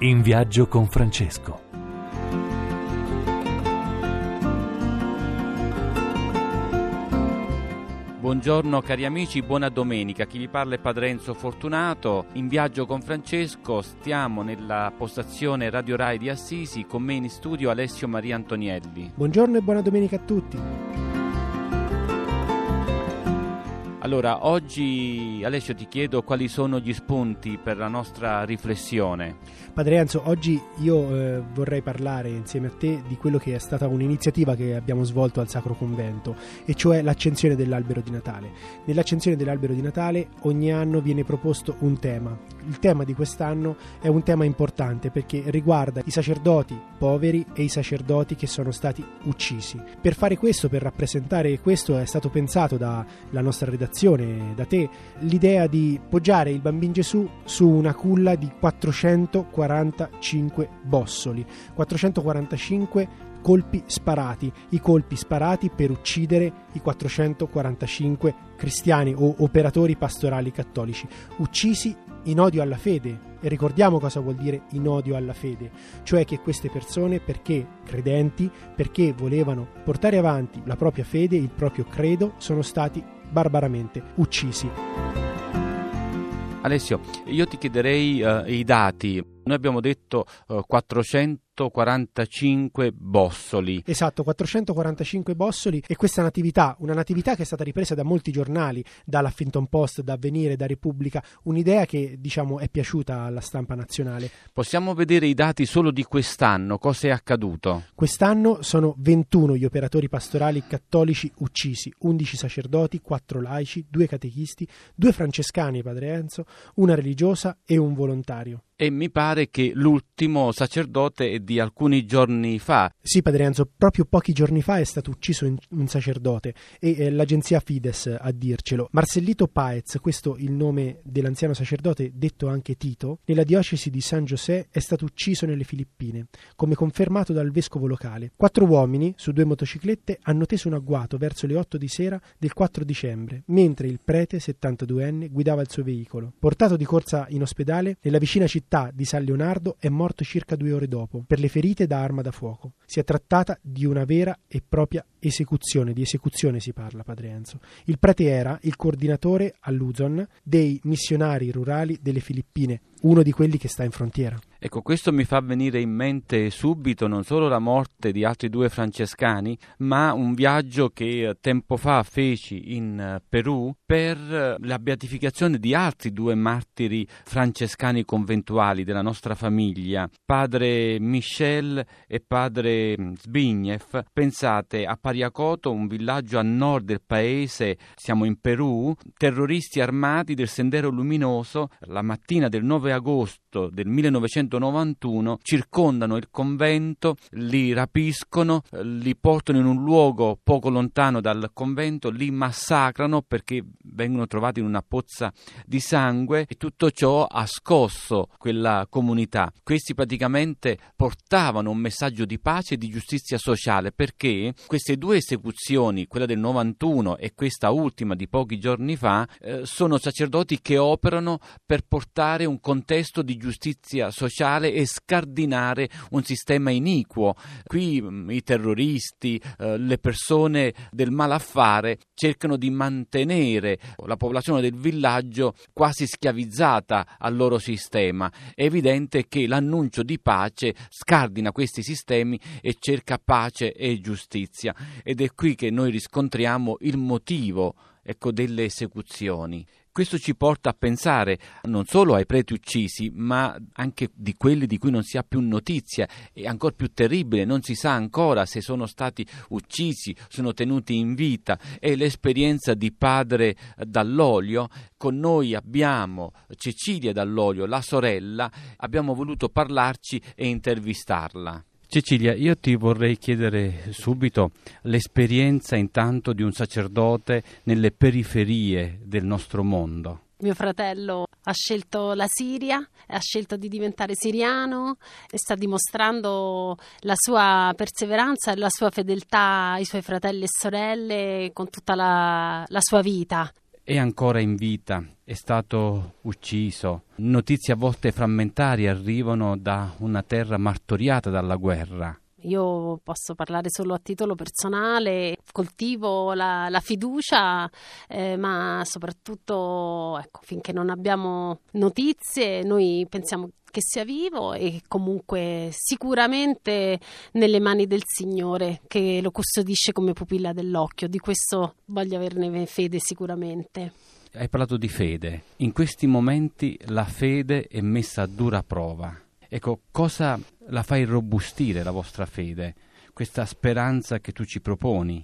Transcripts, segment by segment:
In viaggio con Francesco. Buongiorno cari amici, buona domenica. Chi vi parla è Padre Enzo Fortunato. In viaggio con Francesco stiamo nella postazione Radio Rai di Assisi. Con me in studio Alessio Maria Antonielli. Buongiorno e buona domenica a tutti. Allora, oggi Alessio ti chiedo quali sono gli spunti per la nostra riflessione. Padre Enzo, oggi io vorrei parlare insieme a te di quello che è stata un'iniziativa che abbiamo svolto al Sacro Convento, e cioè l'accensione dell'albero di Natale. Nell'accensione dell'albero di Natale ogni anno viene proposto un tema. Il tema di quest'anno è un tema importante perché riguarda i sacerdoti poveri e i sacerdoti che sono stati uccisi. Per fare questo, per rappresentare questo, è stato pensato dalla nostra redazione, da te, l'idea di poggiare il Bambino Gesù su una culla di 445 bossoli, 445 colpi sparati, i colpi sparati per uccidere i 445 cristiani o operatori pastorali cattolici, uccisi in odio alla fede. E ricordiamo cosa vuol dire in odio alla fede, cioè che queste persone, perché credenti, perché volevano portare avanti la propria fede, il proprio credo, sono stati barbaramente uccisi. Alessio, io ti chiederei i dati. Noi abbiamo detto 445 bossoli. Esatto, 445 bossoli, e questa natività, una natività che è stata ripresa da molti giornali, dall'Huffington Post, da Avvenire, da Repubblica, un'idea che è piaciuta alla stampa nazionale. Possiamo vedere i dati solo di quest'anno, cosa è accaduto? Quest'anno sono 21 gli operatori pastorali cattolici uccisi, 11 sacerdoti, 4 laici, 2 catechisti, 2 francescani, Padre Enzo, una religiosa e un volontario. E mi pare che l'ultimo sacerdote è di alcuni giorni fa. Sì, Padre Enzo, proprio pochi giorni fa è stato ucciso un sacerdote, e l'agenzia Fides a dircelo. Marcellito Paez, questo il nome dell'anziano sacerdote detto anche Tito, nella diocesi di San José è stato ucciso nelle Filippine, come confermato dal vescovo locale. 4 uomini su 2 motociclette hanno teso un agguato verso le 8 di sera del 4 dicembre, mentre il prete 72enne guidava il suo veicolo. Portato di corsa in ospedale, nella vicina città di San Leonardo, è morto circa 2 ore dopo per le ferite da arma da fuoco. Si è trattata di una vera e propria esecuzione, di esecuzione si parla, Padre Enzo. Il prete era il coordinatore a Luzon dei missionari rurali delle Filippine, uno di quelli che sta in frontiera. Ecco, questo mi fa venire in mente subito non solo la morte di altri 2 francescani, ma un viaggio che tempo fa feci in Perù per la beatificazione di altri 2 martiri francescani conventuali della nostra famiglia, padre Michel e padre Zbigniew. Pensate, a Pariacoto, un villaggio a nord del paese, siamo in Perù, terroristi armati del Sendero Luminoso, la mattina del 9 agosto del 1991 circondano il convento, li rapiscono, li portano in un luogo poco lontano dal convento, li massacrano perché vengono trovati in una pozza di sangue, e tutto ciò ha scosso quella comunità. Questi praticamente portavano un messaggio di pace e di giustizia sociale, perché queste 2 esecuzioni, quella del 91 e questa ultima di pochi giorni fa, sono sacerdoti che operano per portare un contesto di giustizia sociale e scardinare un sistema iniquo. Qui i terroristi, le persone del malaffare cercano di mantenere la popolazione del villaggio quasi schiavizzata al loro sistema. È evidente che l'annuncio di pace scardina questi sistemi e cerca pace e giustizia, ed è qui che noi riscontriamo il motivo, delle esecuzioni. Questo ci porta a pensare non solo ai preti uccisi, ma anche di quelli di cui non si ha più notizia, e ancora più terribile, non si sa ancora se sono stati uccisi, sono tenuti in vita. È l'esperienza di padre Dall'Olio. Con noi abbiamo Cecilia Dall'Olio, la sorella, abbiamo voluto parlarci e intervistarla. Cecilia, io ti vorrei chiedere subito l'esperienza intanto di un sacerdote nelle periferie del nostro mondo. Mio fratello ha scelto la Siria, ha scelto di diventare siriano e sta dimostrando la sua perseveranza e la sua fedeltà ai suoi fratelli e sorelle con tutta la sua vita. è ancora in vita, è stato ucciso. Notizie a volte frammentarie arrivano da una terra martoriata dalla guerra. Io posso parlare solo a titolo personale, coltivo la fiducia, ma soprattutto finché non abbiamo notizie noi pensiamo che sia vivo e comunque sicuramente nelle mani del Signore che lo custodisce come pupilla dell'occhio. Di questo voglio averne fede sicuramente. Hai parlato di fede. In questi momenti la fede è messa a dura prova. Ecco, cosa la fa irrobustire la vostra fede, questa speranza che tu ci proponi?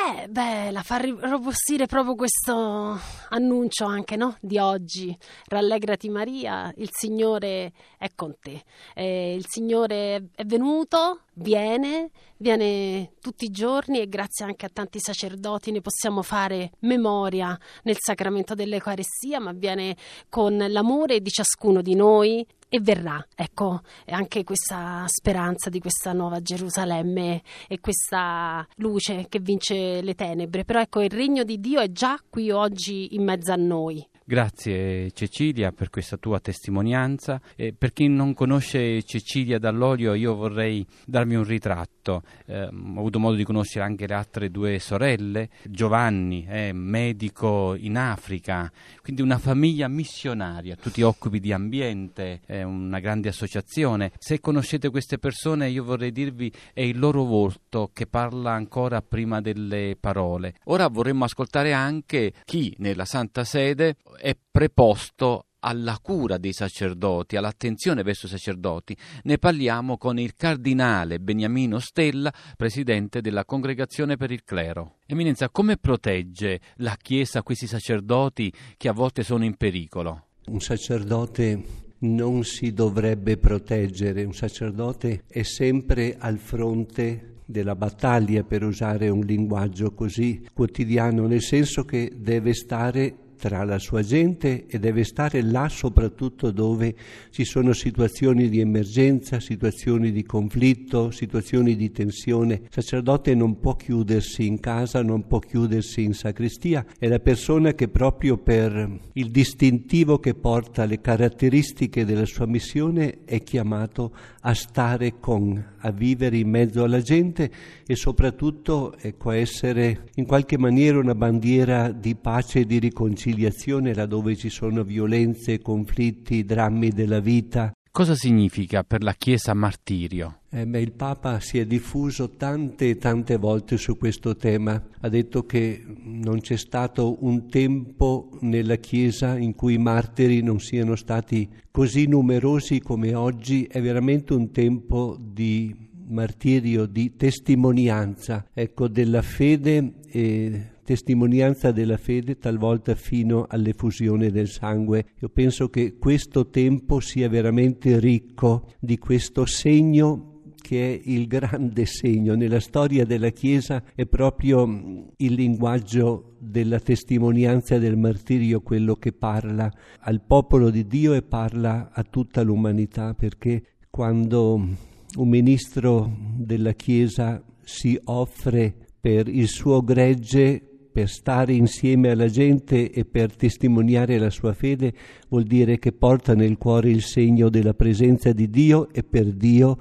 La fa irrobustire proprio questo annuncio anche, no? Di oggi. Rallegrati Maria, il Signore è con te. Il Signore è venuto, viene tutti i giorni e grazie anche a tanti sacerdoti ne possiamo fare memoria nel sacramento dell'Eucaristia, ma viene con l'amore di ciascuno di noi. E verrà, ecco, anche questa speranza di questa nuova Gerusalemme e questa luce che vince le tenebre. Però ecco, il regno di Dio è già qui oggi in mezzo a noi. Grazie Cecilia per questa tua testimonianza. Per chi non conosce Cecilia Dall'Olio, io vorrei darmi un ritratto. Ho avuto modo di conoscere anche le altre due sorelle. Giovanni è medico in Africa, quindi una famiglia missionaria. Tu ti occupi di ambiente, è una grande associazione. Se conoscete queste persone, io vorrei dirvi è il loro volto che parla ancora prima delle parole. Ora vorremmo ascoltare anche chi nella Santa Sede è preposto alla cura dei sacerdoti, all'attenzione verso i sacerdoti. Ne parliamo con il cardinale Beniamino Stella, presidente della Congregazione per il Clero. Eminenza, come protegge la Chiesa questi sacerdoti che a volte sono in pericolo? Un sacerdote non si dovrebbe proteggere, un sacerdote è sempre al fronte della battaglia, per usare un linguaggio così quotidiano, nel senso che deve stare tra la sua gente e deve stare là soprattutto dove ci sono situazioni di emergenza, situazioni di conflitto, situazioni di tensione. Il sacerdote non può chiudersi in casa, non può chiudersi in sacrestia, è la persona che proprio per il distintivo che porta, le caratteristiche della sua missione, è chiamato a stare a vivere in mezzo alla gente e soprattutto a essere in qualche maniera una bandiera di pace e di riconciliazione laddove ci sono violenze, conflitti, drammi della vita. Cosa significa per la Chiesa martirio? Il Papa si è diffuso tante volte su questo tema. Ha detto che non c'è stato un tempo nella Chiesa in cui i martiri non siano stati così numerosi come oggi. È veramente un tempo di martirio, di testimonianza, della fede e testimonianza della fede, talvolta fino all'effusione del sangue. Io penso che questo tempo sia veramente ricco di questo segno che è il grande segno nella storia della Chiesa, è proprio il linguaggio della testimonianza del martirio, quello che parla al popolo di Dio e parla a tutta l'umanità, perché quando un ministro della Chiesa si offre per il suo gregge, per stare insieme alla gente e per testimoniare la sua fede, vuol dire che porta nel cuore il segno della presenza di Dio e per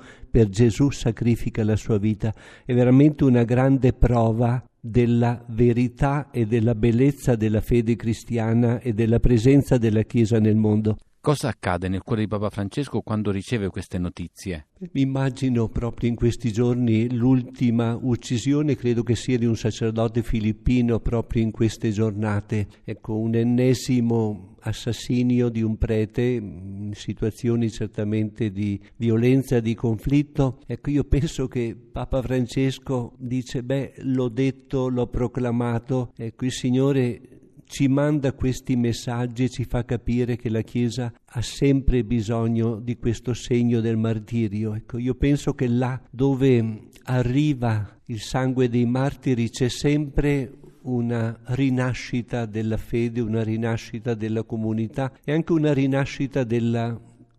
Gesù sacrifica la sua vita. È veramente una grande prova della verità e della bellezza della fede cristiana e della presenza della Chiesa nel mondo. Cosa accade nel cuore di Papa Francesco quando riceve queste notizie? Mi immagino proprio in questi giorni l'ultima uccisione, credo che sia di un sacerdote filippino proprio in queste giornate. Un ennesimo assassinio di un prete in situazioni certamente di violenza, di conflitto. Io penso che Papa Francesco dice, l'ho detto, l'ho proclamato. Il Signore ci manda questi messaggi e ci fa capire che la Chiesa ha sempre bisogno di questo segno del martirio. Io penso che là dove arriva il sangue dei martiri c'è sempre una rinascita della fede, una rinascita della comunità e anche una rinascita della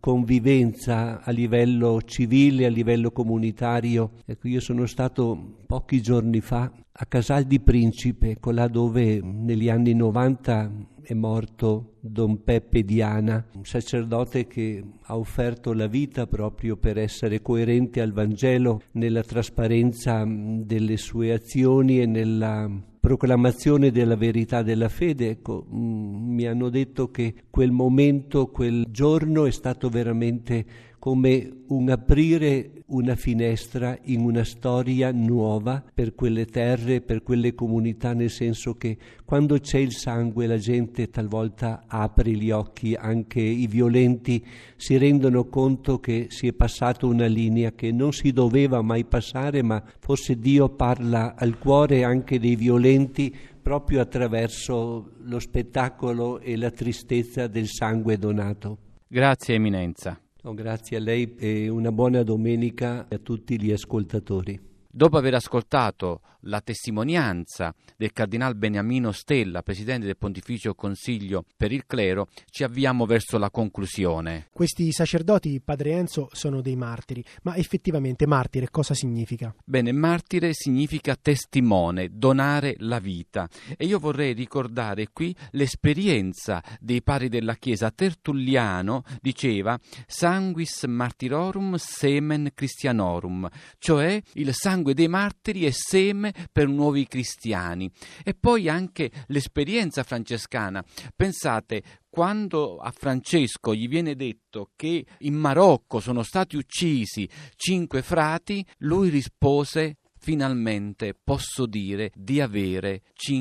convivenza a livello civile, a livello comunitario. Io sono stato pochi giorni fa a Casal di Principe, là dove negli anni 90 è morto Don Peppe Diana, un sacerdote che ha offerto la vita proprio per essere coerente al Vangelo nella trasparenza delle sue azioni e nella proclamazione della verità della fede. Ecco, mi hanno detto che quel momento, quel giorno è stato veramente come un aprire una finestra in una storia nuova per quelle terre, per quelle comunità, nel senso che quando c'è il sangue la gente talvolta apre gli occhi, anche i violenti si rendono conto che si è passata una linea che non si doveva mai passare, ma forse Dio parla al cuore anche dei violenti proprio attraverso lo spettacolo e la tristezza del sangue donato. Grazie Eminenza. Grazie a lei e una buona domenica a tutti gli ascoltatori. Dopo aver ascoltato la testimonianza del Cardinal Beniamino Stella, Presidente del Pontificio Consiglio per il Clero, ci avviamo verso la conclusione. Questi sacerdoti, Padre Enzo, sono dei martiri, ma effettivamente martire cosa significa? Bene, martire significa testimone, donare la vita. E io vorrei ricordare qui l'esperienza dei padri della Chiesa. Tertulliano diceva sanguis martyrorum semen Christianorum, cioè il sangue dei martiri è seme per nuovi cristiani. E poi anche l'esperienza francescana. Pensate, quando a Francesco gli viene detto che in Marocco sono stati uccisi 5 frati, lui rispose: finalmente posso dire di avere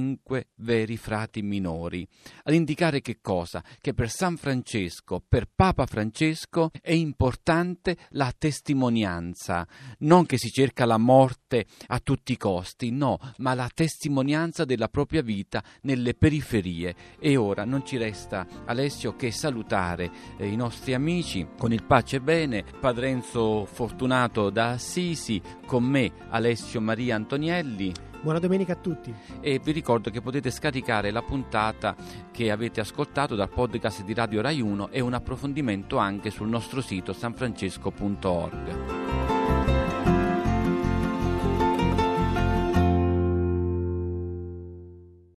5 veri frati minori. Ad indicare che cosa? Che per San Francesco, per Papa Francesco, è importante la testimonianza. Non che si cerca la morte a tutti i costi, no, ma la testimonianza della propria vita nelle periferie. E ora non ci resta, Alessio, che salutare i nostri amici con il pace e bene. Padre Enzo Fortunato da Assisi, con me Alessio Maria Antonielli. Buona domenica a tutti. E vi ricordo che potete scaricare la puntata che avete ascoltato dal podcast di Radio Rai 1 e un approfondimento anche sul nostro sito sanfrancesco.org.